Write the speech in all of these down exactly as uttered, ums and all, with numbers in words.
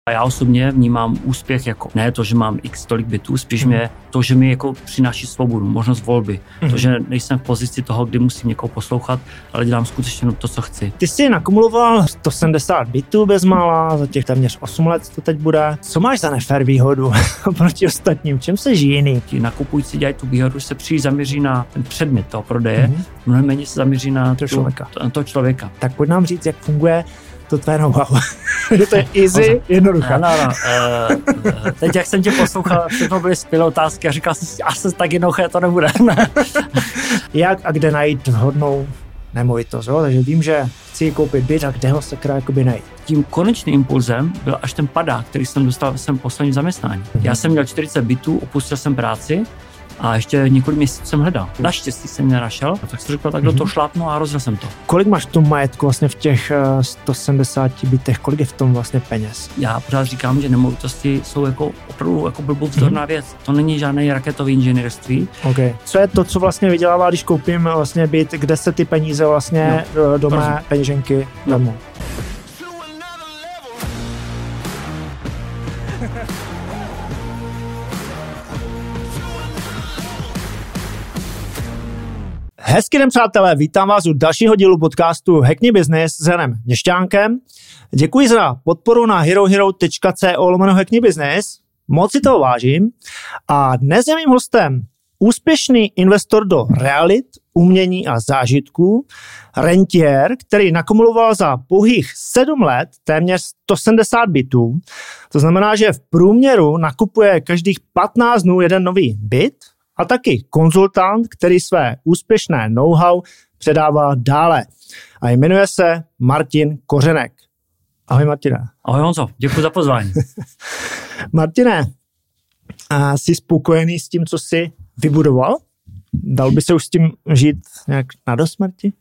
A já osobně vnímám úspěch jako ne to, že mám x tolik bytů, spíš mě to, že mi jako přináší svobodu, možnost volby. Mm. To, že nejsem v pozici toho, kdy musím někoho poslouchat, ale dělám skutečně to, co chci. Ty jsi nakumuloval sto sedmdesát bytů bezmála, za těch téměř osm let to teď bude. Co máš za nefér výhodu proti ostatním? Čem jsi jiný? Ti nakupující dělají tu výhodu, že se příliš zaměří na ten předmět toho prodeje, mm. mnohem méně se zaměří na to člověka. To, toho člověka. Tak pojď nám říct, jak funguje to tvé know-how. To je easy, jednoduché. No, no, uh, teď, jak jsem tě poslouchal, všechno byly skvělé otázky a říkal jsem, asi tak jednoduché to nebude. Jak a kde najít vhodnou nemovitost, jo? Takže vím, že chci koupit byt a kde ho sakra jakoby najít. Tím konečným impulzem byl až ten padák, který jsem dostal v svém posledním zaměstnání. Mm-hmm. Já jsem měl čtyřicet bytů, opustil jsem práci a ještě několik měsíců jsem hledal. Naštěstí jsem mě našel, tak jsem řekl, tak do toho šlápnu a rozjel jsem to. Kolik máš v tom majetku vlastně v těch sto sedmdesáti bytech, kolik je v tom vlastně peněz? Já pořád říkám, že nemovitosti jsou jako opravdu jako blbou vzdorná mm-hmm. věc. To není žádné raketový inženýrství. Okay. Co je to, co vlastně vydělává, když koupím vlastně byt, kde se ty peníze vlastně no, do mé peněženky vezmou? Hezký den, přátelé, vítám vás u dalšího dílu podcastu Hackni Business s Janem Měšťánkem. Děkuji za podporu na herohero tečka co lomeno Hackni Business. Moc si toho vážím. A dnes je mým hostem úspěšný investor do realit, umění a zážitků, rentiér, který nakumuloval za pouhých sedm let téměř sto sedmdesát bytů. To znamená, že v průměru nakupuje každých patnáct dnů jeden nový byt. A taky konzultant, který své úspěšné know-how předává dále. A jmenuje se Martin Kořenek. Ahoj, Martine. Ahoj, Honzo, děkuji za pozvání. Martine, a jsi spokojený s tím, co jsi vybudoval? Dal by se už s tím žít nějak na dosmrti?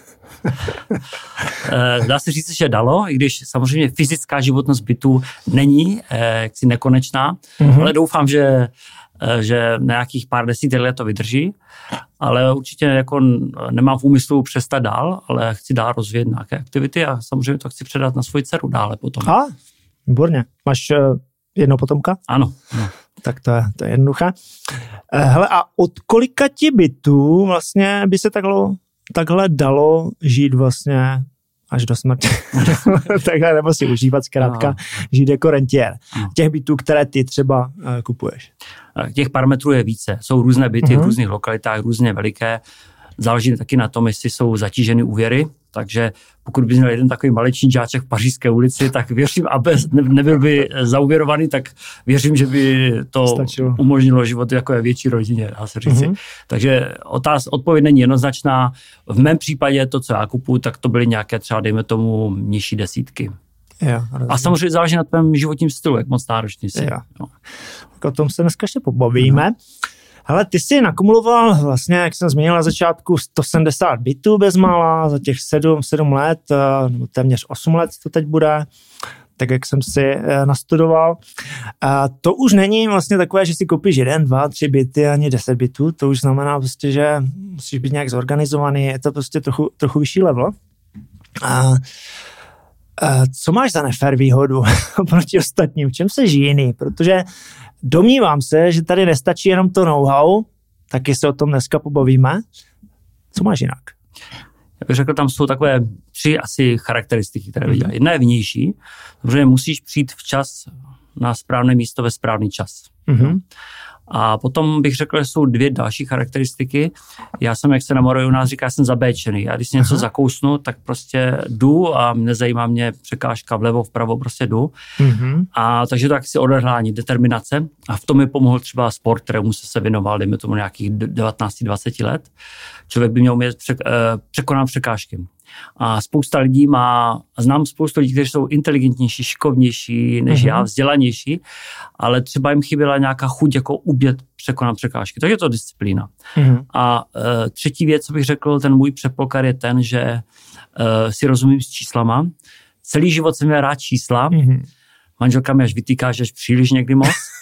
Dá se říct, že dalo, i když samozřejmě fyzická životnost bytu není eh, jaksi nekonečná, mm-hmm. ale doufám, že že nějakých pár desítek let to vydrží, ale určitě jako nemám v úmyslu přestat dál, ale chci dál rozvíjet nějaké aktivity a samozřejmě to chci předat na svoji dceru dále potom. A, výborně. Máš uh, jedno potomka? Ano. No. Tak to je, to je jednoduché. Uh, hele, a od kolika ti bytů vlastně by se takhle, takhle dalo žít vlastně až do smrti. Takhle, nebo si užívat zkrátka, no. Žít jako rentiér. No. Těch bytů, které ty třeba uh, kupuješ. Těch parametrů je více. Jsou různé byty uh-huh. v různých lokalitách, různě veliké. Záleží taky na tom, jestli jsou zatíženy úvěry. Takže pokud bys měl jeden takový maličný žáček v Pařížské ulici, tak věřím, aby nebyl by zauvěrovaný, tak věřím, že by to Stačilo. umožnilo život jako je větší rodině, dá se říci. Uh-huh. Takže otáz, odpověď není jednoznačná. V mém případě to, co já kupuju, tak to byly nějaké třeba, dejme tomu, nižší desítky. Jo, a samozřejmě záleží na tvém životním stylu, jak moc náročný jsi. Jo. No. O tom se dneska ještě pobavíme. Uh-huh. Hele, ty jsi nakumuloval vlastně, jak jsem zmínil na začátku, sto sedmdesát bytů bezmála za těch sedm, sedm let, nebo téměř osm let to teď bude, tak jak jsem si nastudoval. A to už není vlastně takové, že si koupíš jeden, dva, tři byty, ani deset bytů, to už znamená prostě, že musíš být nějak zorganizovaný, je to prostě trochu, trochu vyšší level. A co máš za nefér výhodu proti ostatním? V čem jsi jiný? Protože domnívám se, že tady nestačí jenom to know-how, taky se o tom dneska pobavíme. Co máš jinak? Já bych řekl, tam jsou takové tři asi charakteristiky, které viděl. Jedna je vnější, protože musíš přijít včas na správné místo ve správný čas. Mm-hmm. A potom bych řekl, že jsou dvě další charakteristiky. Já jsem, jak se na Moravě u nás říká, jsem zabéčený. Já když si něco Aha. zakousnu, tak prostě jdu a nezajímá mě překážka vlevo, vpravo, prostě jdu. Mm-hmm. A takže to si odhodlání, determinace. A v tom mi pomohl třeba sport, kterému se se věnoval, dejme tomu nějakých devatenáct dvacet let. Člověk by měl umět překonat překážky. A spousta lidí má, znám spoustu lidí, kteří jsou inteligentnější, šikovnější než uh-huh. já, vzdělanější, ale třeba jim chyběla nějaká chuť jako ubět, překonat překážky. Takže je to disciplína. Uh-huh. A e, třetí věc, co bych řekl, ten můj předpoklad je ten, že e, si rozumím s číslama. Celý život jsem měl rád čísla. Uh-huh. Manželka mi až vytýká, že až příliš někdy moc.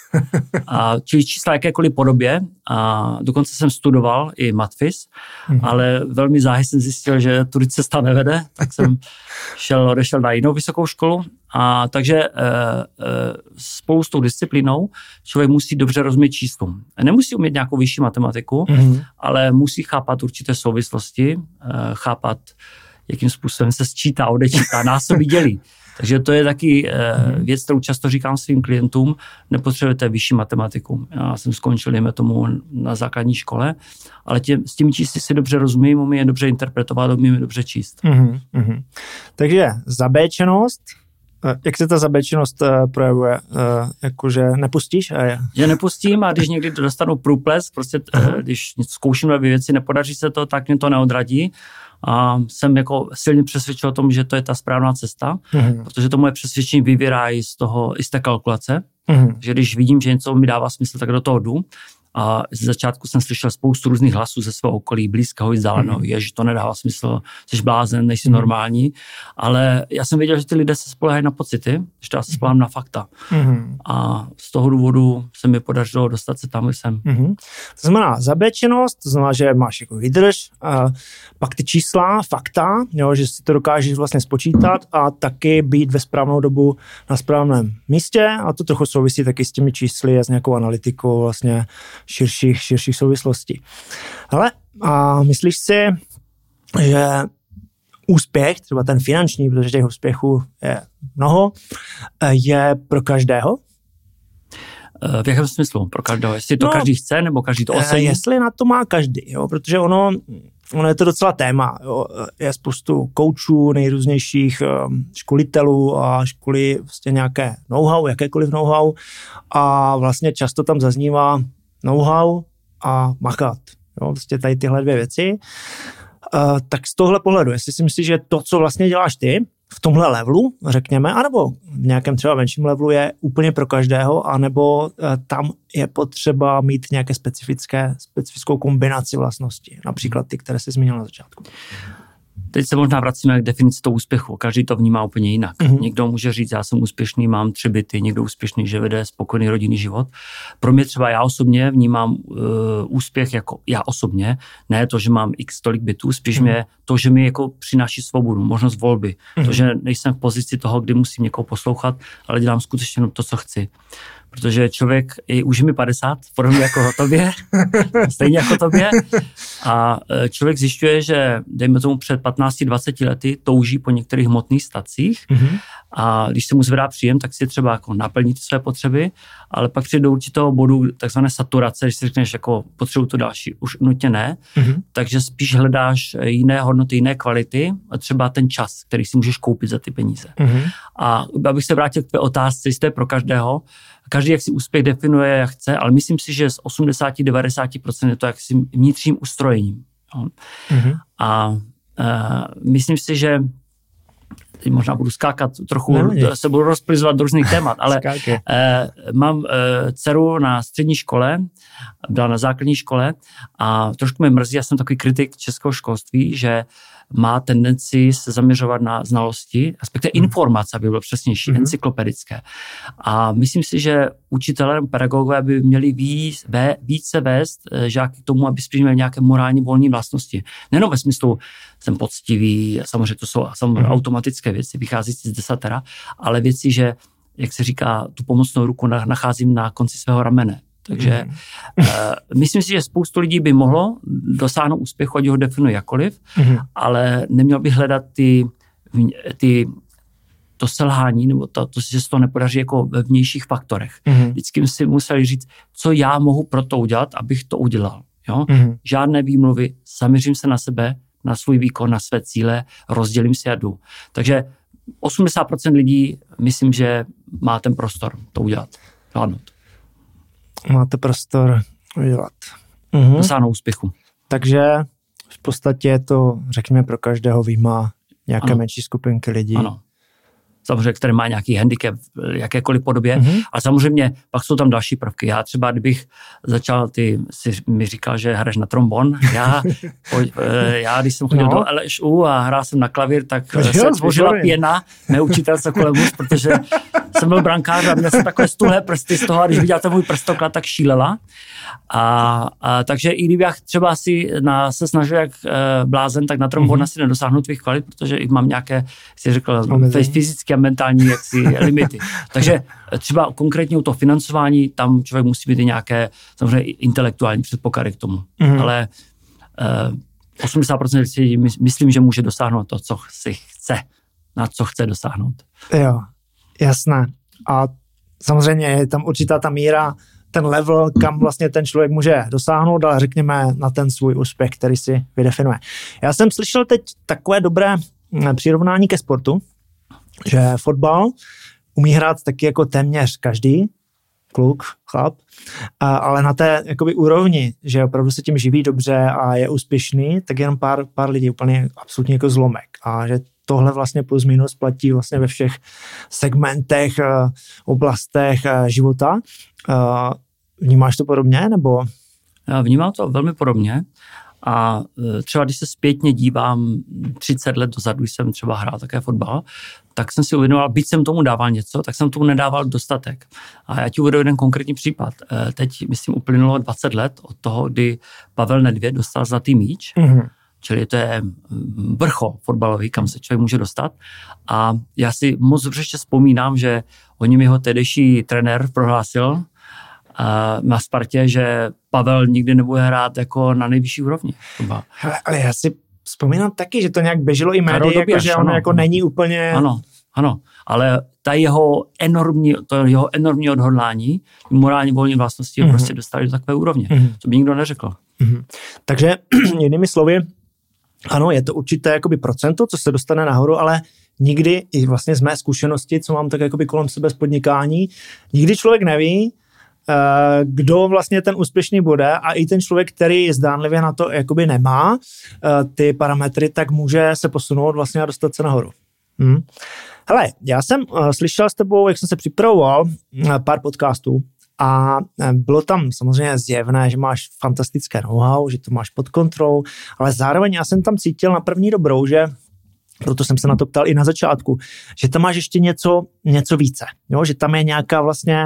A čili čísla jakékoliv podobě. A dokonce jsem studoval i matfis, mm-hmm. ale velmi záhy jsem zjistil, že tudy cesta nevede, tak jsem šel, odešel na jinou vysokou školu. A takže e, e, spolu s tou disciplínou člověk musí dobře rozumět číslům. Nemusí umět nějakou vyšší matematiku, mm-hmm. ale musí chápat určité souvislosti, e, chápat, jakým způsobem se sčítá, odečítá, násobí, dělí. Takže to je taky e, věc, kterou často říkám svým klientům, nepotřebujete vyšší matematiku. Já jsem skončil, dejme tomu, na základní škole, ale tě, s těmi čísly si dobře rozumím, umím je dobře interpretovat, umím je dobře číst. Mm-hmm, mm-hmm. Takže zabéčenost, jak se ta zabéčenost uh, projevuje? Uh, jakože nepustíš? A je. Že nepustím a když někdy dostanu průplesk, prostě uh, když zkouším nové věci, nepodaří se to, tak mě to neodradí. A jsem jako silně přesvědčil o tom, že to je ta správná cesta, uh-huh. protože to moje přesvědčení vyvírá i z toho, i z té kalkulace. Uh-huh. Že když vidím, že něco mi dává smysl, tak do toho jdu. A z začátku jsem slyšel spoustu různých hlasů ze svého okolí, blízkého i vzdáleného, mm. je, že to nedává smysl, jsi blázen, nejsi mm. normální, ale já jsem věděl, že ty lidé se spoléhají na pocity, že já se spolehám na fakta. Mm. A z toho důvodu se mi podařilo dostat se tam, kde jsem. Mm. To znamená zabéčenost, to znamená, že máš jako výdrž, a pak ty čísla, fakta, jo, že si to dokážeš vlastně spočítat a taky být ve správnou dobu na správném místě a to trochu souvisí taky s těmi čísly a s nějakou analytikou vlastně širších, širších souvislostí. Ale a myslíš si, že úspěch, třeba ten finanční, protože těch úspěchů je mnoho, je pro každého? V jakém smyslu? Pro každého? Jestli to no, každý chce, nebo každý to ocení? Jestli na to má každý, jo? Protože ono, ono je to docela téma. Jo? Je spoustu koučů, nejrůznějších školitelů a školy vlastně nějaké know-how, jakékoliv know-how a vlastně často tam zaznívá know-how a makat. Jo, vlastně tady tyhle dvě věci. Uh, tak z tohle pohledu, jestli si myslíš, že to, co vlastně děláš ty, v tomhle levelu, řekněme, anebo v nějakém třeba menším levelu je úplně pro každého, anebo uh, tam je potřeba mít nějaké specifické, specifickou kombinaci vlastností, například ty, které jsi zmínil na začátku. Teď se možná vracíme k definici toho úspěchu. Každý to vnímá úplně jinak. Mm-hmm. Někdo může říct, já jsem úspěšný, mám tři byty, někdo úspěšný, že vede spokojený rodinný život. Pro mě třeba já osobně vnímám uh, úspěch jako já osobně, ne to, že mám x tolik bytů, spíš mm-hmm. mě to, že mi jako přináší svobodu, možnost volby. Mm-hmm. To, že nejsem v pozici toho, kdy musím někoho poslouchat, ale dělám skutečně to, co chci. Protože člověk, i už je mi padesát, podobně jako tobě, stejně jako tobě, a člověk zjišťuje, že dejme tomu před patnácti dvaceti lety touží po některých hmotných stacích mm-hmm. a když se mu zvedá příjem, tak si třeba jako naplní ty své potřeby, ale pak přijde do určitého bodu takzvané saturace, když si řekneš jako potřebuji to další, už nutně ne, mm-hmm. takže spíš hledáš jiné hodnoty, jiné kvality a třeba ten čas, který si můžeš koupit za ty peníze. Mm-hmm. A abych se vrátil k tvé otázce, jestli to je pro každého, každý, jak si úspěch definuje, jak chce, ale myslím si, že z osmdesát až devadesát procent je to jaksi vnitřním ustrojením. Mm-hmm. A uh, myslím si, že teď možná budu skákat trochu, no, se budu rozplizovat do různých témat, ale uh, mám uh, dceru na střední škole, byla na základní škole a trošku mě mrzí, já jsem takový kritik českého školství, že má tendenci se zaměřovat na znalosti, respektive mm. informace, aby bylo přesnější, mm. encyklopedické. A myslím si, že učitelé nebo pedagogové by měli víc, vé, více vést žáky k tomu, aby spíš měli nějaké morální volné vlastnosti. Nejenom ve smyslu, jsem poctivý, samozřejmě to jsou samozřejmě mm. automatické věci, vycházející z desatera, ale věci, že, jak se říká, tu pomocnou ruku nacházím na konci svého ramene. Takže mm. uh, myslím si, že spoustu lidí by mohlo dosáhnout úspěchu, ať ho definuje jakkoliv, mm. ale neměl bych hledat ty, ty, to selhání, nebo to, to, že se to nepodaří jako ve vnějších faktorech. Mm. Vždycky si museli říct, co já mohu pro to udělat, abych to udělal. Jo? Mm. Žádné výmluvy, zaměřím se na sebe, na svůj výkon, na své cíle, rozdělím si a jdu. Takže osmdesát procent lidí, myslím, že má ten prostor to udělat. Zvládnout. Máte prostor udělat. Mhm. Dosáhnout úspěchu. Takže v podstatě je to, řekněme, pro každého výjima nějaké ano. menší skupinky lidí. Ano. samozřejmě, který má nějaký handicap v jakékoliv podobě, mm-hmm. a samozřejmě pak jsou tam další prvky. Já třeba, kdybych začal, ty si mi říkal, že hraješ na trombon, já, já když jsem chodil no. do L Š U a hrál jsem na klavír, tak jo, se tvořila pěna, mé učitelce kolem už, protože jsem byl brankář a měl jsem takové stuhlé prsty z toho, a když viděl ten můj prstoklad, tak šílela. A, a takže i kdyby já třeba si na, se snažil jak e, blázen, tak na trombon mm-hmm. asi nedosáhnu tvých kvalit, protože i mám nějaké, jak jsi řekl, fyzické a mentální jaksi limity. Takže třeba konkrétně u toho financování, tam člověk musí mít i nějaké samozřejmě intelektuální předpoklady k tomu. Mm-hmm. Ale e, osmdesát procent lidí myslím, že může dosáhnout to, co si chce, na co chce dosáhnout. Jo, jasné. A samozřejmě je tam určitá ta míra, ten level, kam vlastně ten člověk může dosáhnout, ale řekněme na ten svůj úspěch, který si vydefinuje. Já jsem slyšel teď takové dobré přirovnání ke sportu, že fotbal umí hrát taky jako téměř každý kluk, chlap, ale na té jakoby úrovni, že opravdu se tím živí dobře a je úspěšný, tak jenom pár, pár lidí úplně absolutně jako zlomek. A že tohle vlastně plus minus platí vlastně ve všech segmentech, oblastech života. Vnímáš to podobně, nebo? Já vnímám to velmi podobně a třeba když se zpětně dívám třicet let dozadu, když jsem třeba hrál také fotbal, tak jsem si uvědomoval, byť jsem tomu dával něco, tak jsem tomu nedával dostatek. A já ti uvedu jeden konkrétní případ. Teď, myslím, uplynulo dvacet let od toho, kdy Pavel Nedvěd dostal zlatý míč, mm-hmm. čili to je vrchol fotbalový, kam se člověk může dostat. A já si moc dobře ještě vzpomínám, že o něm jeho tehdejší trenér prohlásil na Spartě, že Pavel nikdy nebude hrát jako na nejvyšší úrovni. Hele, ale já si vzpomínám taky, že to nějak běželo i médii, jako, že on ano, jako není úplně... Ano, ano, ale ta jeho enormní, to jeho enormní odhodlání, morální volní vlastnosti mm-hmm. prostě dostali do takové úrovně, mm-hmm. co by nikdo neřekl. Mm-hmm. Takže jinými slovy, ano, je to určité jakoby procento, co se dostane nahoru, ale nikdy, i vlastně z mé zkušenosti, co mám tak jakoby kolem sebe z podnikání, nikdy člověk neví, kdo vlastně ten úspěšný bude, a i ten člověk, který zdánlivě na to jakoby nemá ty parametry, tak může se posunout vlastně a dostat se nahoru. Hmm. Hele, já jsem slyšel s tebou, jak jsem se připravoval, pár podcastů a bylo tam samozřejmě zjevné, že máš fantastické know-how, že to máš pod kontrolou, ale zároveň já jsem tam cítil na první dobrou, že proto jsem se na to ptal i na začátku, že tam máš ještě něco, něco více, jo? Že tam je nějaká vlastně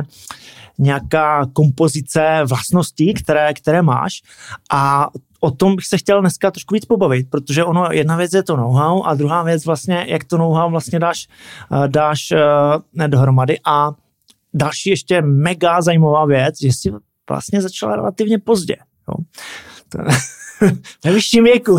nějaká kompozice vlastností, které, které máš, a o tom bych se chtěl dneska trošku víc pobavit, protože ono, jedna věc je to know-how a druhá věc vlastně, jak to know-how vlastně dáš, dáš uh, dohromady. A další ještě mega zajímavá věc, že jsi vlastně začala relativně pozdě. Jo? To, ve vyšším věku.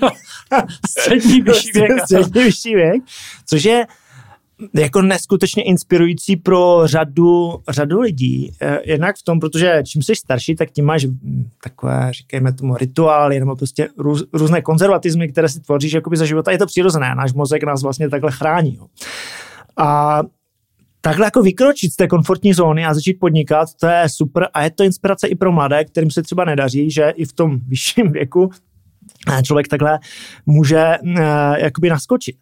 Střední vyšší věk. Střední vyšší věk, což je jako neskutečně inspirující pro řadu, řadu lidí. Jednak v tom, protože čím jsi starší, tak tím máš takové, říkejme tomu, rituály, nebo prostě růz, různé konzervatizmy, které si tvoříš jakoby za života. Je to přirozené, náš mozek nás vlastně takhle chrání. Jo. A takhle jako vykročit z té komfortní zóny a začít podnikat, to je super a je to inspirace i pro mladé, kterým se třeba nedaří, že i v tom vyšším věku člověk takhle může uh, jakoby naskočit.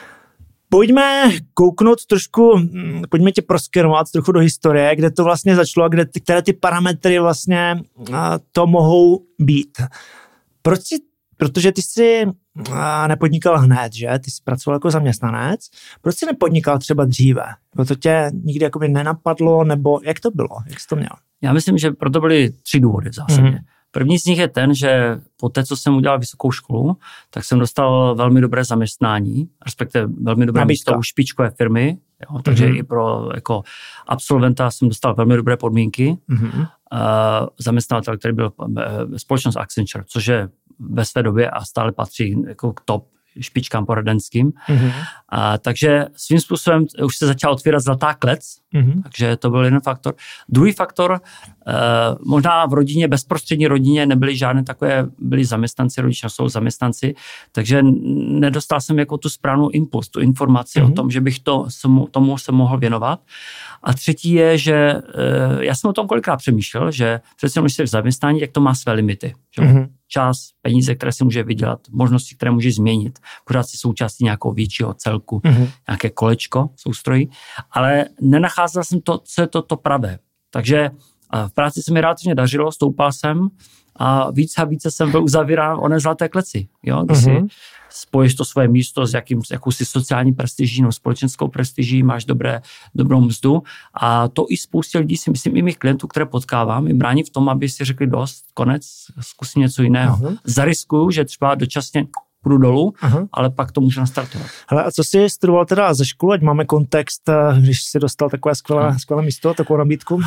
Pojďme kouknout trošku, pojďme tě proskenovat trochu do historie, kde to vlastně začalo a kde, které ty parametry vlastně uh, to mohou být. Proč si, protože ty jsi uh, nepodnikal hned, že? Ty jsi pracoval jako zaměstnanec. Proč jsi nepodnikal třeba dříve? Bo to tě nikdy jakoby nenapadlo, nebo jak to bylo? Jak jsi to měl? Já myslím, že proto byly tři důvody v zásadě. Mm-hmm. První z nich je ten, že po té, co jsem udělal vysokou školu, tak jsem dostal velmi dobré zaměstnání, respektive velmi dobré místo u špičkové firmy, jo, takže mm-hmm. i pro jako absolventa jsem dostal velmi dobré podmínky. Mm-hmm. Uh, zaměstnavatel, který byl uh, společnost Accenture, což je ve své době a stále patří jako k top špičkám poradenským. Mm-hmm. A, takže svým způsobem už se začala otvírat zlatá klec, mm-hmm. takže to byl jeden faktor. Druhý faktor, eh, možná v rodině, bezprostřední rodině nebyli žádné takové, byli zaměstnanci, rodiče jsou zaměstnanci, takže nedostal jsem jako tu správnou impuls, tu informaci mm-hmm. o tom, že bych to, tomu se mohl věnovat. A třetí je, že eh, já jsem o tom kolikrát přemýšlel, že přece když jsi v zaměstnání, jak to má své limity. Že? Mm-hmm. čas, peníze, které si může vydělat, možnosti, které může změnit, pořád si součástí nějakého většího celku, mm-hmm. nějaké kolečko soustrojí, ale nenacházel jsem to, co je to, to pravé. Takže v práci se mi relativně dařilo, stoupal jsem a víc a více jsem byl uzavírán oné zlaté kleci. Jo? Když mm-hmm. si spojíš to svoje místo s jakým, jakousi sociální prestiží, no, společenskou prestiží, máš dobré, dobrou mzdu a to i spoustě lidí, si myslím, i mých klientů, které potkávám, mi brání v tom, aby si řekli dost, konec, zkusím něco jiného. Uh-huh. Zariskuju, že třeba dočasně půjdu dolů, uh-huh. ale pak to můžu nastartovat. Hele, a co jsi studoval teda ze školy, ať máme kontext, když jsi dostal takové skvělé, uh-huh. skvělé místo, takovou nabídku?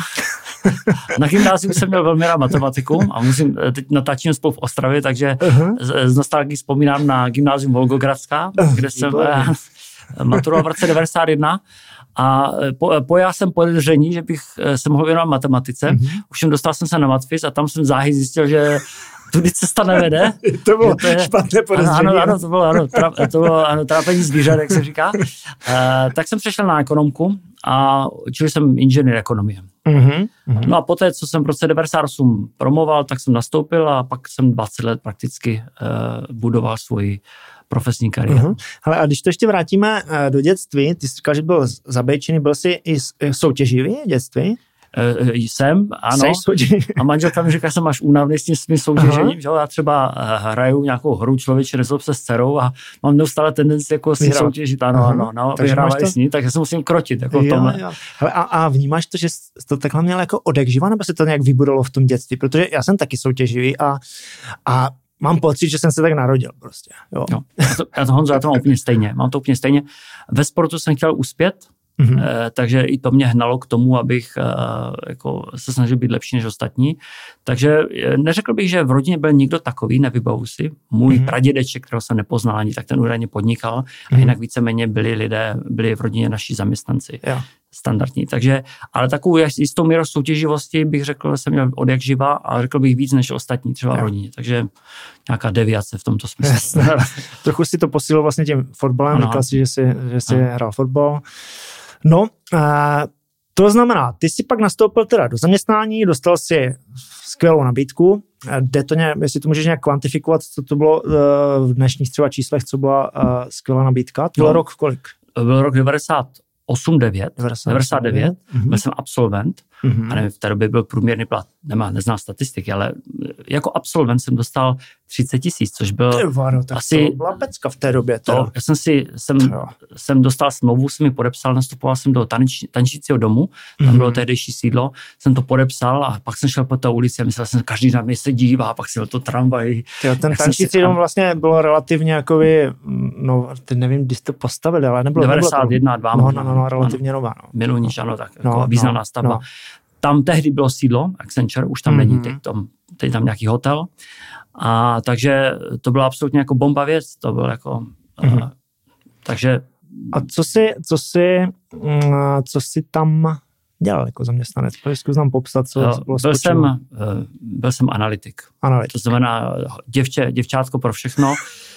Na gymnáziu jsem měl velmi rád matematiku a musím, teď natáčím spolu v Ostravě, takže uh-huh. z, z nostalgii vzpomínám na gymnázium Volgogradská, uh, kde jsem eh, maturoval v roce devadesát jedna a po, pojal jsem podezření, že bych se mohl věnovat matematice. Uh-huh. Už dostal jsem se na matfiz a tam jsem záhy zjistil, že tudy cesta nevede. To bylo to je, špatné podezření. Ano, ano, to bylo, ano, tra, to bylo ano, trápení zvířat, jak se říká. Uh, tak jsem přešel na ekonomku a učil jsem inženýr ekonomie. Uh-huh, uh-huh. No a poté, co jsem v roce devadesát osm promoval, tak jsem nastoupil a pak jsem dvacet let prakticky uh, budoval svoji profesní kariéru. Uh-huh. Hele, a když to ještě vrátíme uh, do dětství, ty jsi říkal, že byl zabejčený, byl jsi i soutěživý v dětství? Uh, jsem, ano. A manželka mi říká, že jsem až únavný s tím svým soutěžením, že já třeba uh, hraju nějakou hru Člověče nezlob se s dcerou a mám neustále tendenci jako si soutěžit, ano, ano, no, vyhrávají s ní, takže se musím krotit, jako v tomhle. Jo. Hele, a, a vnímáš to, že jsi to takhle měl jako odekživa, nebo se to nějak vybudovalo v tom dětství? Protože já jsem taky soutěživý a, a mám pocit, že jsem se tak narodil prostě. Jo. Jo. Já, to, já to, Honzo, já to mám úplně stejně, mám to úplně stejně. Ve sportu jsem chtěl uspět, Mm-hmm. Uh, takže i to mě hnalo k tomu, abych uh, jako se snažil být lepší než ostatní. Takže neřekl bych, že v rodině byl nikdo takový, nevybavu si. Můj mm-hmm. pradědeček, kterého jsem nepoznal ani, tak ten údajně podnikal mm-hmm. a jinak víceméně byli lidé, byli v rodině naši zaměstnanci. Yeah. Standardní. Takže, ale takovou jistou míru soutěživosti bych řekl, že jsem měl od jak živa a řekl bych víc než ostatní třeba yeah. v rodině. Takže nějaká deviace v tomto smyslu. Trochu si to posílil vlastně tím fotbalem, ano. Říkal si, že jsi, že jsi hrál fotbal. No, a to znamená, ty jsi pak nastoupil teda do zaměstnání, dostal si skvělou nabídku. Jde to nějak, jestli to můžeš nějak kvantifikovat, co to bylo v dnešních třeba číslech, co byla skvělá nabídka? To byl no, rok v kolik? Byl rok devadesát osm devět, devadesát devět, mm-hmm. byl jsem absolvent, mm-hmm. a nevím, v té době byl průměrný plat, nemá, neznám statistiky, ale jako absolvent jsem dostal třicet tisíc, což byl Ty varo, tak asi... to byla pecka v té době. To, já jsem si, jsem, jsem dostal smlouvu, jsem mi podepsal, nastupoval jsem do tanč, tančícího domu, tam mm-hmm. bylo tehdejší sídlo, jsem to podepsal a pak jsem šel po té ulici a myslel jsem, každý na mě se dívá, a pak si to tramvaj. Tyjo, ten tančící dom vlastně bylo relativně jakoby, no, teď nevím, když to postavili, ale nebylo. devadesát jedna, dva No, no, no, no, relativně nová. No. Miluníč, ano, tak jako no, významná no, stavba. No. Tam tehdy bylo sídlo, Accenture, už tam mm-hmm. není, teď tam, teď tam nějaký hotel. A takže to byla absolutně jako bomba věc, to byl jako, mm-hmm. uh, takže... A co jsi, co jsi, co jsi tam dělal jako zaměstnanec? Zkus nám popsat, co jo, bylo byl jsem, uh, byl jsem analytik. Analytik. To znamená děvče, děvčátko pro všechno.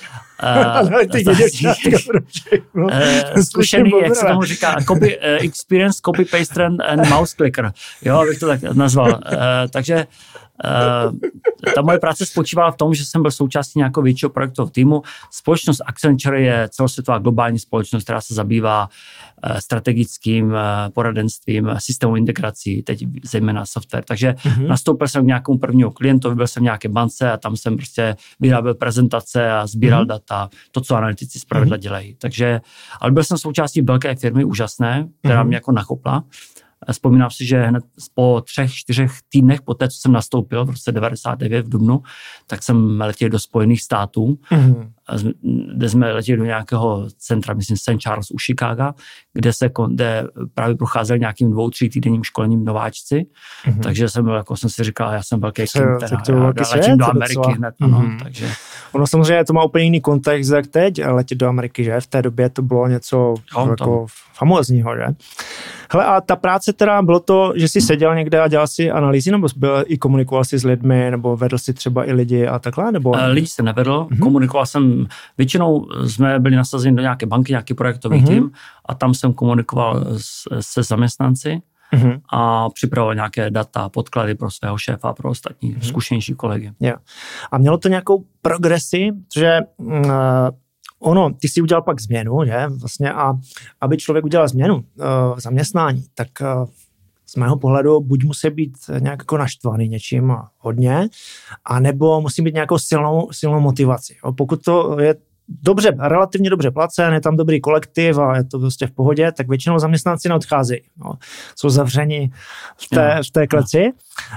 Analytik je děvčátko pro všechno. Zkušený, jak se tomu říká, copy, uh, experience, copy, paste and mouse clicker. Jo, abych to tak nazval. Uh, takže Uh, ta moje práce spočívala v tom, že jsem byl součástí nějakého většího projektového týmu. Společnost Accenture je celosvětová globální společnost, která se zabývá uh, strategickým uh, poradenstvím, systémovou integrací, teď zejména software. Takže mm-hmm. nastoupil jsem k nějakému prvnímu klientovi, byl jsem v nějaké bance a tam jsem prostě vyráběl prezentace a sbíral mm-hmm. data, to, co analytici zpravidla mm-hmm. dělají. Takže, ale byl jsem součástí velké firmy, úžasné, která mm-hmm. mě jako nachopla. Vzpomínám si, že hned po třech, čtyřech týdnech po té, co jsem nastoupil v roce devadesát devět v dubnu, tak jsem letěl do Spojených států, mm-hmm. kde jsme letěli do nějakého centra, myslím Saint Charles u Chicaga, kde se kde právě procházeli nějakým dvou, tří týdenním školením nováčci. Mm-hmm. Takže jsem byl, jako jsem si říkal, já jsem velký kim, teda, já, já letím svět, do Ameriky docela. Hned. Ano, mm-hmm. takže... Ono samozřejmě to má úplně jiný kontext, jak teď, letět do Ameriky, že? V té době to bylo něco jo, jako famózního, že? Hele, a ta práce teda, bylo to, že jsi seděl někde a dělal si analýzy, nebo byl, i komunikoval si s lidmi, nebo vedl si třeba i lidi a takhle, nebo? Lidi jsem nevedl, mm-hmm. komunikoval jsem, většinou jsme byli nasazeni do nějaké banky, nějaký projektový mm-hmm. tým a tam jsem komunikoval s, se zaměstnanci mm-hmm. a připravoval nějaké data, podklady pro svého šéfa, pro ostatní mm-hmm. zkušenější kolegy. Jo. A mělo to nějakou progresi, že uh, ono, ty si udělal pak změnu, že? Vlastně a aby člověk udělal změnu uh, zaměstnání, tak uh, z mého pohledu buď musí být nějak jako naštvaný něčím hodně, anebo musí být nějakou silnou, silnou motivaci. Jo? Pokud to je dobře, relativně dobře placen, je tam dobrý kolektiv a je to prostě v pohodě, tak většinou zaměstnanci neodcházejí. No. Jsou zavřeni v té, v té kleci.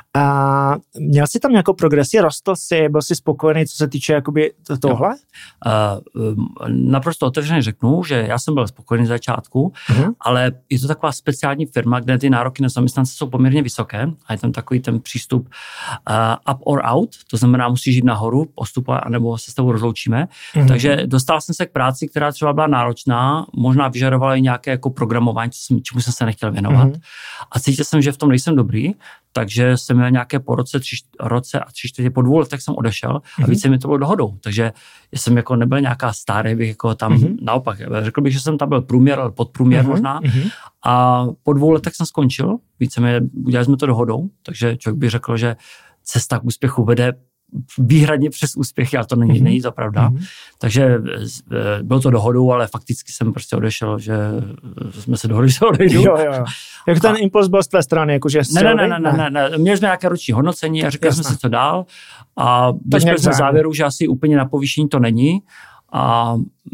A měl jsi tam nějakou progresi, rostl jsi, byl jsi spokojený, co se týče jakoby tohle? Uh, naprosto otevřeně řeknu, že já jsem byl spokojený z začátku, uh-huh. ale je to taková speciální firma, kde ty nároky na zaměstnance jsou poměrně vysoké a je tam takový ten přístup uh, up or out, to znamená, musíš jít nahoru, postupovat, anebo se s tebou rozloučíme. Uh-huh. Takže dostal jsem se k práci, která třeba byla náročná, možná vyžadovala i nějaké jako programování, co jsem, čemu jsem se nechtěl věnovat. Uh-huh. A cítil jsem, že v tom nejsem dobrý, takže jsem měl nějaké po roce, tři, roce a tři čtvrtě, po dvou letech jsem odešel a mm-hmm. více mi to bylo dohodou. Takže jsem jako nebyl nějaká starý, bych jako tam mm-hmm. naopak. Řekl bych, že jsem tam byl průměr, ale podprůměr mm-hmm. možná. Mm-hmm. A po dvou letech jsem skončil, více mi, udělali jsme to dohodou, takže člověk by řekl, že cesta k úspěchu vede výhradně přes úspěchy, ale to není, mm-hmm. není to pravda. Mm-hmm. Takže bylo to dohodou, ale fakticky jsem prostě odešel, že jsme se dohodli, že odejdu. Jo, jo, jo. Jak ten a... impuls byl z tvé strany? Jakože ne, ne, ne, ne, ne, ne, měli jsme nějaké roční hodnocení a řekli jsme si, co dál. A dospěli jsme závěru, že asi úplně na povýšení to není. A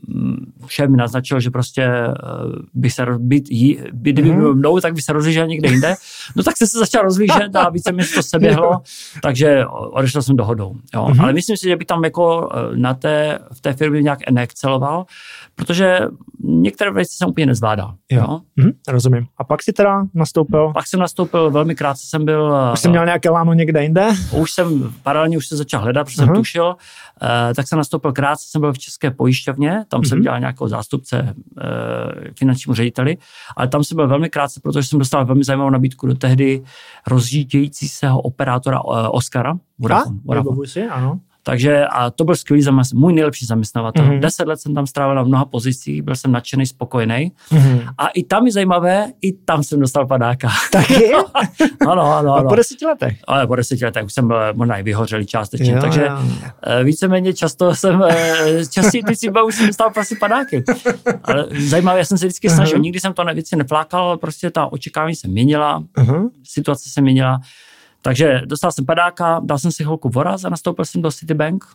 šéf mi naznačil, že prostě by se být, by, kdyby mm-hmm. byl mnou, tak by se rozlížel někde jinde. No tak jsem se začal rozlížet a více mi to seběhlo, takže odešel jsem dohodou. Jo. Mm-hmm. Ale myslím si, že by tam jako na té, v té firmě nějak neexceloval, protože některé věci jsem úplně nezvládal. Jo. Jo. Mm-hmm. Rozumím. A pak si teda nastoupil? Pak jsem nastoupil, velmi krátce jsem byl... Už jsem měl nějaké láno někde jinde? Už jsem, paralelně už se začal hledat, protože mm-hmm. jsem tušil, uh, tak jsem nastoupil krátce, jsem byl v České pojišťovně, tam mm-hmm. jsem dělal nějakého zástupce uh, finančnímu řediteli, ale tam jsem byl velmi krátce, protože jsem dostal velmi zajímavou nabídku do tehdy rozjíždějící seho operátora uh, Oscara. Vodafone. Vodafone. Si, ano. Takže a to byl skvělý zaměstnavatel, můj nejlepší zaměstnavatel. Mm-hmm. Deset let jsem tam strávil na mnoha pozicích, byl jsem nadšený, spokojený. Mm-hmm. A i tam je zajímavé, i tam jsem dostal padáka. Taky? ano, ano, ano. A po deseti letech? Ale po deseti letech už jsem byl možná i vyhořelý částečně. Jo, takže jo. víceméně často jsem, častěji teď si už jsem dostal prostě padáky. Ale zajímavé, já jsem se vždycky snažil, uh-huh. nikdy jsem to věci neflákal, ale prostě ta očekávání se měnila, uh-huh. situace se měnila. Takže dostal jsem padáka, dal jsem si chvilku voraz a nastoupil jsem do Citibank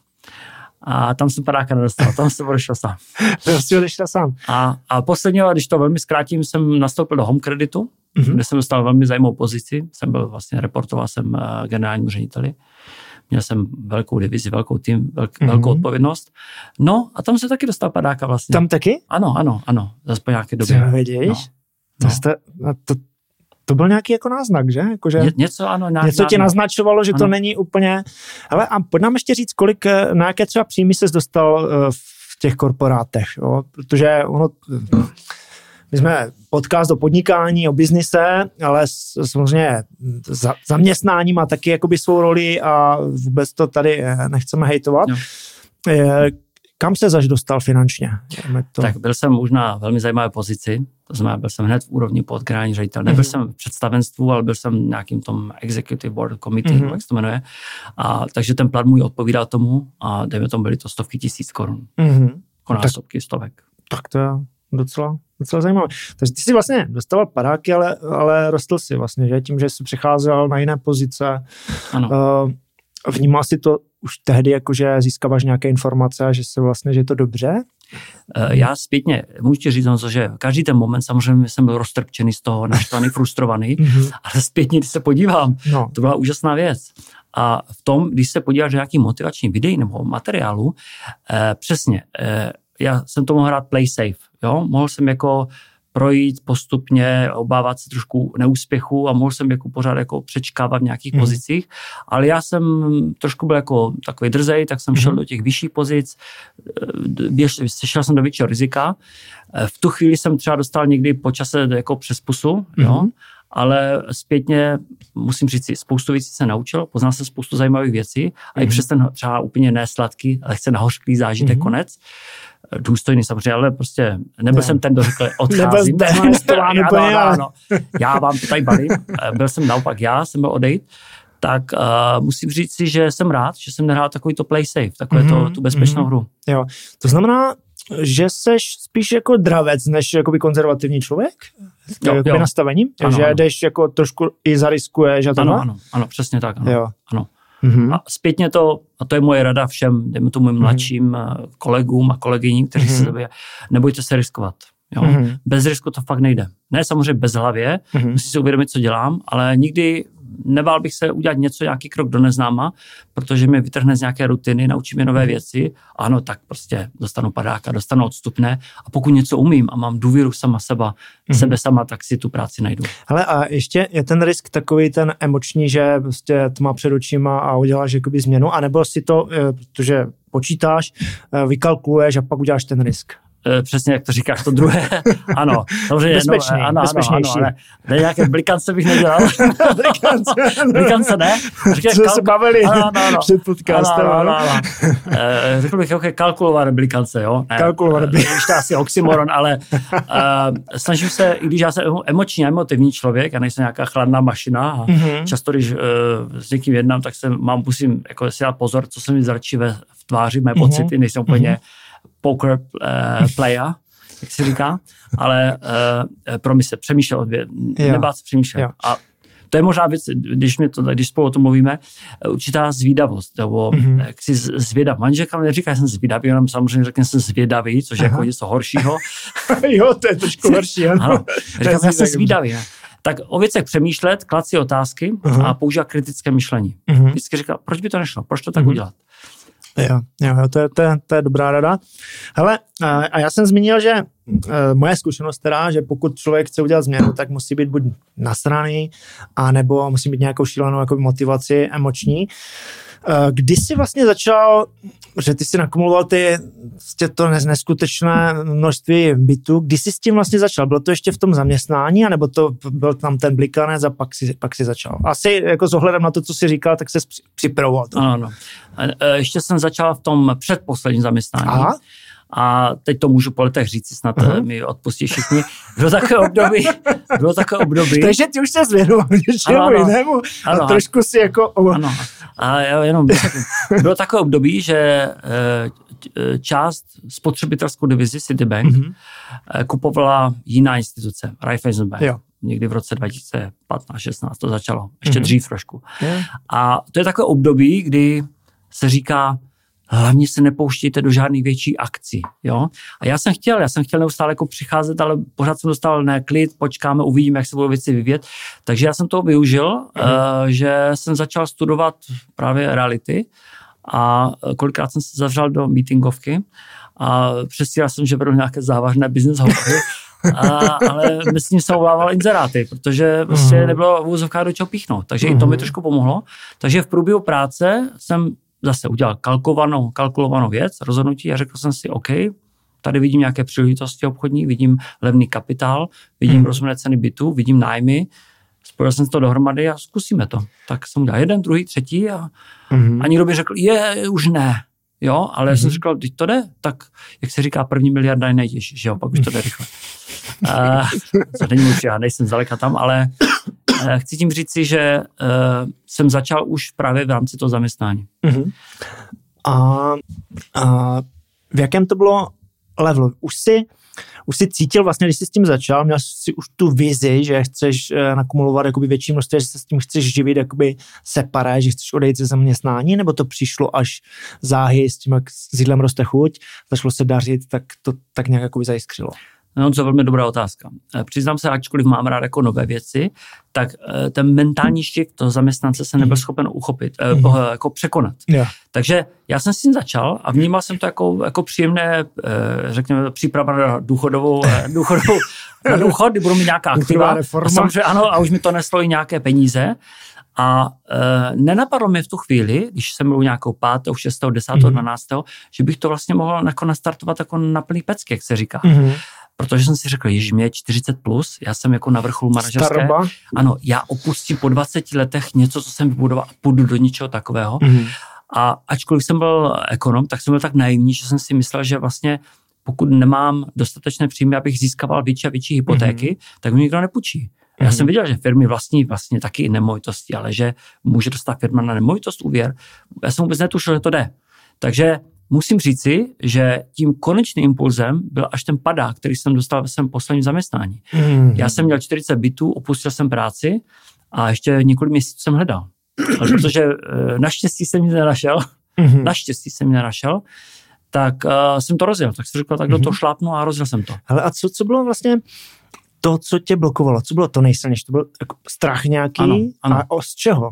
a tam jsem padáka nedostal, tam jsem odešel sám. Tam jsi odešel sám. A, a posledního, když to velmi zkrátím, jsem nastoupil do Home Creditu, mm-hmm. kde jsem dostal velmi zajímavou pozici, jsem byl vlastně, reportoval jsem uh, generálnímu řediteli, měl jsem velkou divizi, velkou tým, velk, mm-hmm. velkou odpovědnost. No a tam se taky dostal padáka vlastně. Tam taky? Ano, ano, ano, zase po nějaké době. Co vidíš? No. To, no. Jste, to, To byl nějaký jako náznak, že? Jako, že Ně, něco, ano. Nějak, něco ti naznačovalo, že ano. To není úplně... Ale a pojď nám ještě říct, kolik, na jaké třeba příjmy ses dostal v těch korporátech, jo? Protože ono... My jsme podcast o podnikání, o biznise, ale samozřejmě za, zaměstnání má taky jakoby svou roli a vůbec to tady nechceme hejtovat. Jo. Kam se zaž dostal finančně? To... Tak byl jsem už na velmi zajímavé pozici, to znamená, byl jsem hned v úrovni podgrání ředitel. Nebyl mm-hmm. jsem v představenstvu, ale byl jsem v nějakým tom executive board committee, mm-hmm. jak se to jmenuje. A, takže ten plat můj odpovídal tomu a dejme tomu, byly to stovky tisíc korun. Mm-hmm. Jako násobky stovek. Tak to je docela, docela zajímavé. Takže ty jsi vlastně dostával padáky, ale, ale rostl si vlastně, že? Tím, že jsi přicházel na jiné pozice. Ano. Uh, vnímal jsi to už tehdy, jakože získáváš nějaké informace a že se vlastně, že je to dobře? Já zpětně můžu ti říct, že každý ten moment samozřejmě jsem byl roztrpčený z toho, naštvaný, frustrovaný, ale zpětně, když se podívám, no. to byla úžasná věc. A v tom, když se podíváš do nějaký motivační videí nebo materiálu, eh, přesně, eh, já jsem to mohl hrát play safe, jo? Mohl jsem jako projít postupně, obávat se trošku neúspěchu a mohl jsem jako pořád jako přečkávat v nějakých mm. pozicích, ale já jsem trošku byl jako takový drzej, tak jsem mm. šel do těch vyšších pozic, běž, šel jsem do většího rizika. V tu chvíli jsem třeba dostal někdy po čase jako přes pusu, mm. jo, ale zpětně musím říct si, spoustu věcí se naučil, poznal jsem spoustu zajímavých věcí a mm. i přes ten třeba úplně nesladký, ale chce nahořklý zážitek mm. konec, důstojný samozřejmě, ale prostě nebyl ne. jsem ten, kdo řekl, odcházím. Nebyl já, no, no, no. já vám to tady balím. Byl jsem naopak já, jsem byl odejít. Tak uh, musím říct si, že jsem rád, že jsem nehrál takový to play safe, takové mm-hmm, to, tu bezpečnou mm-hmm. hru. Jo, to znamená, že seš spíš jako dravec, než jakoby konzervativní člověk? Jo, jakoby jo. nastavením? Ano, že ano. jdeš jako trošku i zariskuješ a ano, ano, ano, přesně tak. Ano, jo. ano. Mm-hmm. A zpětně to, a to je moje rada všem, dejme tomu mým mladším mm-hmm. kolegům a kolegyním, kteří mm-hmm. se době, nebojte se riskovat. Jo? Mm-hmm. Bez risku to fakt nejde. Ne samozřejmě bez hlavě, mm-hmm. musím si uvědomit, co dělám, ale nikdy nebál bych se udělat něco, nějaký krok do neznáma, protože mě vytrhne z nějaké rutiny, naučí mě nové věci. Ano, tak prostě dostanu padáka, dostanu odstupné a pokud něco umím a mám důvěru sama seba, mm-hmm. sebe sama, tak si tu práci najdu. Hele, a ještě je ten risk takový ten emoční, že prostě tma před očima a uděláš jakoby změnu, anebo si to, protože počítáš, vykalkuluješ a pak uděláš ten risk? Přesně, jak to říkáš, to druhé. Ano, samozřejmě. Bezpečný, no, ano, bezpečnější. Ano, ano, ne, ne, nějaké blikance bych nedělal. blikance, blikance ne. Říkaj, jsme kalku... se bavili ano, ano, ano. před podcastem. Ano, ano, ano. E, řekl bych, okay, kalkulované blikance, jo. Ne, kalkulované blikance. Ještě asi oxymoron, ale uh, snažím se, i když já jsem emoční, emotivní člověk, já nejsem nějaká chladná mašina a mm-hmm. často, když uh, s někým jednám, tak se mám, musím jako si dát pozor, co se mi zračí ve v tváři, mé mm-hmm. pocity, nejsem úplně mm-hmm. poker uh, player, jak se říká, ale uh, pro mě se přemýšlel, nebát se přemýšlet. Jo. A to je možná věc, když, mě to, když spolu o tom mluvíme, určitá zvídavost, nebo mm-hmm. jak si zvědav. Manželka mi neříká, že jsem zvědavý, jenom samozřejmě řekne, že jsem zvědavý, což je jako něco horšího. Jo, to je trošku horší. Ano, říkám, já jsem zvědavý. Ne? Tak o věcech přemýšlet, klad si otázky uh-huh. a používat kritické myšlení. Uh-huh. Vždycky říká, proč by to nešlo, proč to tak uh-huh. udělat? Jo, jo, to je, to, je, to je dobrá rada. Hele, a já jsem zmínil, že moje zkušenost teda, že pokud člověk chce udělat změnu, tak musí být buď nasraný, anebo musí mít nějakou šílenou jako motivaci emoční. Kdy jsi vlastně začal, že ty jsi nakumuloval ty to neskutečné množství bytů, kdy jsi s tím vlastně začal? Bylo to ještě v tom zaměstnání, anebo to byl tam ten blikanec a pak si, pak si začal? Asi jako s ohledem na to, co jsi říkal, tak jsi připravoval to. Ano, ano. Ještě jsem začal v tom předposledním zaměstnání. Aha. A teď to můžu po letech říct, snad uh-huh. mi odpustí všichni. Bylo takové období. Bylo takové období. Takže ty už se zvěnoval něčemu jinému a ano, trošku si jako... Ano. A jenom bylo takové období, že část spotřebitelskou divizi Citibank uh-huh. kupovala jiná instituce, Raiffeisenbank. Jo. Někdy v roce dva tisíce patnáct šestnáct to začalo. Ještě uh-huh. dřív trošku. Yeah. A to je takové období, kdy se říká, hlavně se nepouštějte do žádných větší akcí, jo. A já jsem chtěl, já jsem chtěl neustále jako přicházet, ale pořád jsem dostal ne klid, počkáme, uvidíme, jak se budou věci vyvíjet. Takže já jsem toho využil, mm. uh, že jsem začal studovat právě reality a kolikrát jsem se zavřel do meetingovky a přestíral jsem, že vedu nějaké závažné business hovory. A, ale s ním jsem ovlával inzeráty, protože prostě mm. nebylo v úvozovkách do čeho píchnout. Takže mm. i to mi trošku pomohlo. Takže v průběhu práce jsem zase udělal kalkulovanou, kalkulovanou věc, rozhodnutí a řekl jsem si, OK, tady vidím nějaké příležitosti obchodní, vidím levný kapitál, vidím hmm. rozumné ceny bytů, vidím nájmy, spojil jsem to dohromady a zkusíme to. Tak jsem udělal jeden, druhý, třetí a, hmm. a někdo by řekl, je, už ne. Jo, ale hmm. jsem říkal, když to jde, tak jak se říká, první miliarda je nejtěžší, že jo, pak už to jde rychle. uh, to není určitě, já nejsem zdaleka tam, ale uh, chci tím říct si, že uh, jsem začal už právě v rámci toho zaměstnání. Uh-huh. A, a v jakém to bylo levelu? Už si, už si cítil vlastně, když jsi s tím začal, měl jsi už tu vizi, že chceš uh, nakumulovat jakoby větší množství, že se s tím chceš živit jakoby separé, že chceš odejít ze zaměstnání, nebo to přišlo až záhy s tím, jak s jídlem roste chuť, začalo se dařit, tak to tak nějak jakoby zajiskřilo? No, to je velmi dobrá otázka. Přiznám se, ačkoliv mám rád jako nové věci, tak ten mentální štik toho zaměstnance se nebyl schopen uchopit, mm-hmm. jako překonat. Yeah. Takže já jsem s tím začal a vnímal jsem to jako, jako příjemné, řekněme, příprava na důchodovou, důchodovou na důchod, kdy budu mít nějaká aktiva. A samozřejmě ano, a už mi to neslo i nějaké peníze. A e, nenapadlo mi v tu chvíli, když jsem byl nějakou pátou, šestou, desátou, dvanáctou, že bych to vlastně mohl jako nastartovat jako na plný pecky, jak se říká. Mm-hmm. Protože jsem si řekl, ježiš, mě je čtyřicet plus, já jsem jako na vrcholu manažerské. Staroba. Ano, já opustím po dvaceti letech něco, co jsem vybudoval a půjdu do něčeho takového. Mm-hmm. A ačkoliv jsem byl ekonom, tak jsem byl tak naivní, že jsem si myslel, že vlastně pokud nemám dostatečné příjmy, abych získával větší a větší hypotéky, mm-hmm. tak mi nikdo nepůjčí. Já mm-hmm. jsem viděl, že firmy vlastní vlastně taky i nemovitosti, ale že může dostat firma na nemovitost úvěr. Já jsem vůbec netušil, že to jde. Takže musím říci, že tím konečným impulzem byl až ten padák, který jsem dostal ve svém posledním zaměstnání. Mm-hmm. Já jsem měl čtyřicet bytů, opustil jsem práci a ještě několik měsíců jsem hledal. Ale protože naštěstí jsem nic nenašel, mm-hmm. naštěstí jsem nic nenašel, tak uh, jsem to rozjel. Tak jsem říkal, tak do mm-hmm. toho šlápnu a rozjel jsem to. Ale a co, co bylo vlastně to, co tě blokovalo? Co bylo to nejsilnější? To byl jako strach nějaký? Ano, ano. A o z čeho?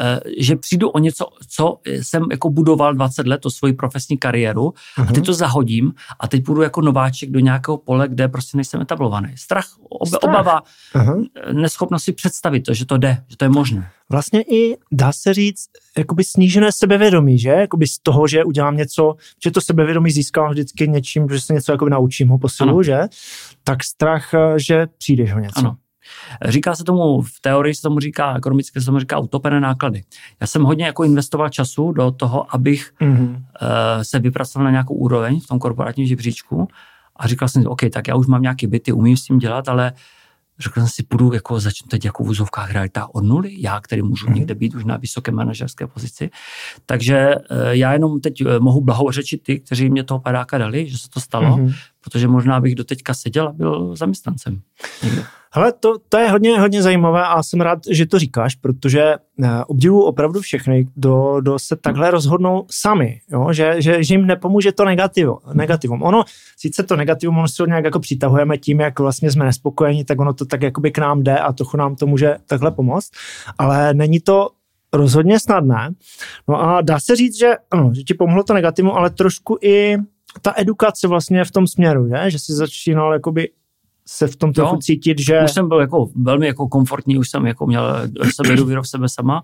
Že přijdu o něco, co jsem jako budoval dvacet let, to svoji profesní kariéru, uh-huh. a teď to zahodím a teď půjdu jako nováček do nějakého pole, kde prostě nejsem etablovaný. Strach, ob, Strach. obava, uh-huh. neschopnost si představit to, že to jde, že to je možné. Vlastně i dá se říct, jakoby snížené sebevědomí, že? Jakoby z toho, že udělám něco, že to sebevědomí získám vždycky něčím, že se něco jakoby naučím ho posilu, že? Tak strach, že přijdeš o něco. Ano. Říká se tomu, v teorii se tomu říká, ekonomicky se tomu říká utopené náklady. Já jsem hodně jako investoval času do toho, abych mm-hmm. uh, se vypracoval na nějakou úroveň v tom korporátním žebříčku a říkal jsem si, OK, tak já už mám nějaké byty, umím s tím dělat, ale řekl jsem si, půjdu, jako začnu teď jako v úzovkách realita od nuly, já, který můžu mm-hmm. někde být už na vysoké manažerské pozici. Takže uh, já jenom teď uh, mohu blahořečit ty, kteří mě toho padáka dali, že se to stalo, mm-hmm. protože možná bych doteďka seděl a byl zaměstnancem někde. Hele, to, to je hodně, hodně zajímavé a jsem rád, že to říkáš, protože obdivuju opravdu všechny, kdo, kdo se takhle rozhodnou sami, jo? Že, že, že jim nepomůže to negativo, negativum. Ono, sice to negativum, ono si to nějak jako přitahujeme tím, jak vlastně jsme nespokojení, tak ono to tak jakoby k nám jde a trochu nám to může takhle pomoct, ale není to rozhodně snadné. No a dá se říct, že, ano, že ti pomohlo to negativum, ale trošku i ta edukace vlastně v tom směru, že, že jsi začínal jakoby se v tom trochu cítit, že... Už jsem byl jako velmi jako komfortní, už jsem jako měl sebedůvěru v sebe sama,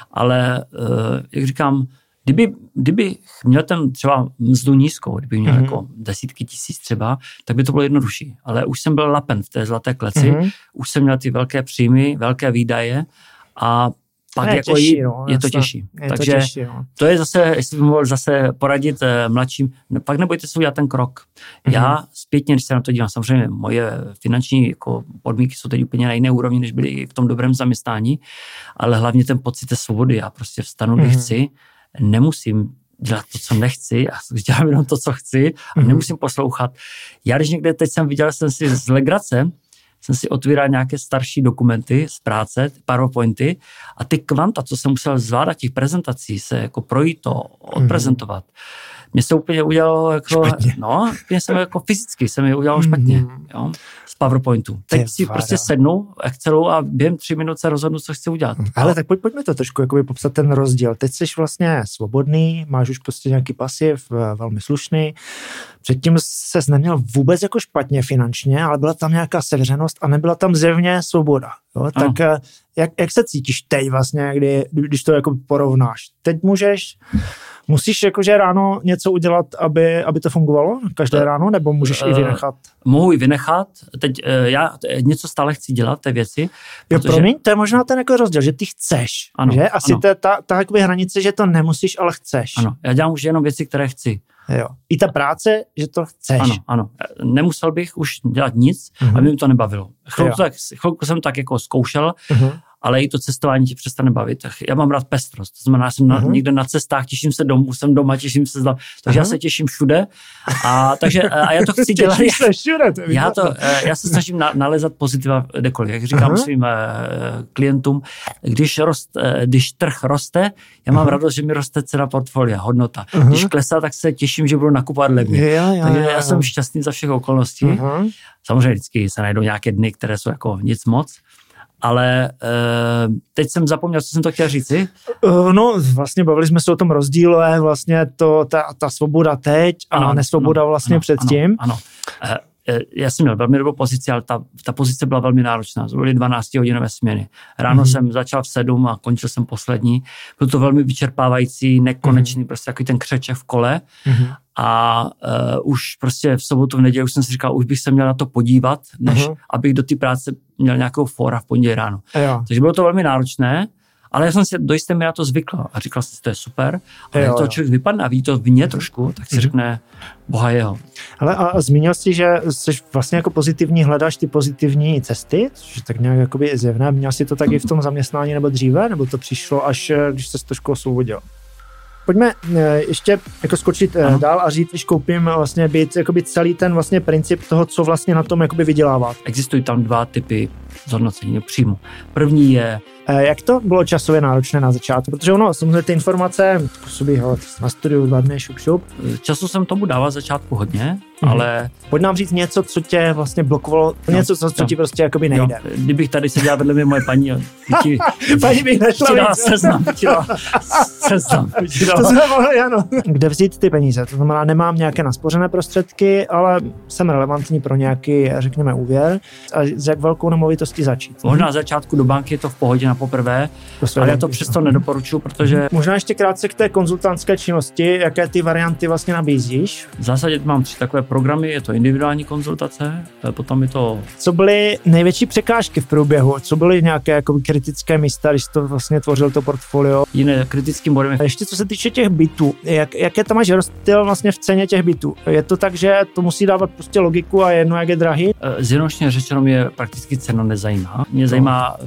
ale uh, jak říkám, kdyby, kdyby měl ten třeba mzdu nízkou, kdyby měl mm-hmm. jako desítky tisíc třeba, tak by to bylo jednodušší. Ale už jsem byl lapen v té zlaté kleci, mm-hmm. už jsem měl ty velké příjmy, velké výdaje a pak je, jako těžší, je, no, je to těžší. Je Takže to, těžší, no. to je zase, jestli bych mohl zase poradit eh, mladším, pak nebojte se udělat ten krok. Mm-hmm. Já zpětně, když se na to dívám, samozřejmě moje finanční jako podmínky jsou teď úplně na jiné úrovni, než byly v tom dobrém zaměstnání, ale hlavně ten pocit té svobody. Já prostě vstanu, kdy mm-hmm. chci, nemusím dělat to, co nechci a dělám jenom to, co chci a mm-hmm. nemusím poslouchat. Já když někde teď jsem viděl, jsem si z legrace, jsem si otvíral nějaké starší dokumenty z práce, PowerPointy a ty kvanta, co jsem musel zvládat těch prezentací, se jako projít to, odprezentovat. Mm-hmm. Mně se úplně udělalo jako, špatně. no, mě jsem jako fyzicky se mi udělalo špatně, mm-hmm. jo, z PowerPointu. Teď Ty si váda. prostě sednu Excelu a během tři minut se rozhodnu, co chci udělat. Ale no. tak pojď, pojďme to trošku jakoby popsat ten rozdíl. Teď jsi vlastně svobodný, máš už prostě nějaký pasiv, velmi slušný. Předtím ses neměl vůbec jako špatně finančně, ale byla tam nějaká sevřenost a nebyla tam zjevně svoboda. Jo? Tak jak, jak se cítíš teď vlastně, kdy, když to jako porovnáš? Teď můžeš, musíš jakože ráno něco udělat, aby, aby to fungovalo každé ráno, nebo můžeš uh, i vynechat? Mohu i vynechat. Teď uh, já něco stále chci dělat, té věci. Protože... Jo, promiň, to je možná ten jako rozdíl, že ty chceš, ano, že? Asi ano. to je ta, ta jakoby hranice, že to nemusíš, ale chceš. Ano, já dělám už jenom věci, které chci. Jo. I ta práce, že to chceš. Ano, ano. Nemusel bych už dělat nic, uh-huh. aby mi to nebavilo. Chvilku, tak, chvilku jsem tak jako zkoušel, uh-huh. ale i to cestování ti přestane bavit. Já mám rád pestrost. To znamená, jsem uh-huh. na, někde na cestách, těším se domů, jsem doma, těším se doma. Takže uh-huh. já se těším všude. A, takže, a já to chci dělat. Se všude, to já, to, já se snažím na, nalezat pozitiva kdekoliv. Jak říkám uh-huh. svým uh, klientům, když, rost, uh, když trh roste, já mám uh-huh. radost, že mi roste cena portfolia, hodnota. Uh-huh. Když klesá, tak se těším, že budu nakupovat levně. Ja, ja, takže ja, já ja. jsem šťastný za všech okolností. Uh-huh. Samozřejmě vždycky se najdou nějaké dny, které jsou jako nic moc. Ale uh, teď jsem zapomněl, co jsem to chtěl říci. Uh, no, vlastně bavili jsme se o tom rozdíle, vlastně to, ta, ta svoboda teď a ano, nesvoboda ano, vlastně ano, předtím. Ano, ano. Uh, já jsem měl velmi dobrou pozici, ale ta, ta pozice byla velmi náročná. To byly dvanáctihodinové směny. Ráno mm-hmm. jsem začal v sedm a končil jsem poslední. Bylo to velmi vyčerpávající, nekonečný, mm-hmm. prostě takový ten křeček v kole. Mm-hmm. A uh, už prostě v sobotu, v neděli už jsem si říkal, už bych se měl na to podívat, než uh-huh. abych do té práce měl nějakou fóra v pondělí ráno. Jo. Takže bylo to velmi náročné, Ale já jsem si do jisté míry na to zvykla a říkala jsem si, to je super. Ale jo, jak to jo. člověk vypadne a ví to v ně trošku, tak si mm-hmm. řekne, boha jeho. Ale a, a zmínil jsi, že jsi vlastně jako pozitivní, hledáš ty pozitivní cesty, což tak nějak jakoby zjevné. Měl jsi to tak i v tom zaměstnání nebo dříve, nebo to přišlo až, když jsi trošku osvobodil? Pojďme ještě jako skočit Aha. dál a říct, když koupím vlastně být jakoby celý ten vlastně princip toho, co vlastně na tom jakoby vydělávat. Existují tam dva typy zhodnocení přímo. První je... Jak to bylo časově náročné na začátku? Protože ono, samozřejmě ty informace působí na studiu dva dny, šup, šup. Času jsem tomu dával začátku hodně, hmm. ale... Pojď nám říct něco, co tě vlastně blokovalo, no, něco, co, co ti prostě jakoby nejde. Jo. Kdybych tady seděla vedle mě moje paní, ti, paní bych nešla víc. Seznam, seznam. To jsme mohli, ano. Kde vzít ty peníze? To znamená, nemám nějaké naspořené prostředky, ale jsem relevantní pro nějaký, řekněme, úvěr. A s jak velkou nemovitostí začít? Možná na začátku do banky je to v pohodě na poprvé, ale já to přesto nedoporučuji, protože... Možná ještě krátce k té konzultantské činnosti, jaké ty varianty vlastně nabízíš? V zásadě mám tři takové programy, je to individuální konzultace, potom je to... Co byly největší překážky v průběhu? Co byly nějaké jako kritické místa, když to vlastně tvořil to portfolio? Jiné kritickým bodem je... A ještě co se týče těch bytů, jak, jaké tam máš rozptyl vlastně v ceně těch bytů? Je to tak, že to musí dávat prostě logiku a jedno, jak je drahý? Zjednodušeně řečeno mě prakticky cena nezajímá. Mě no. zajímá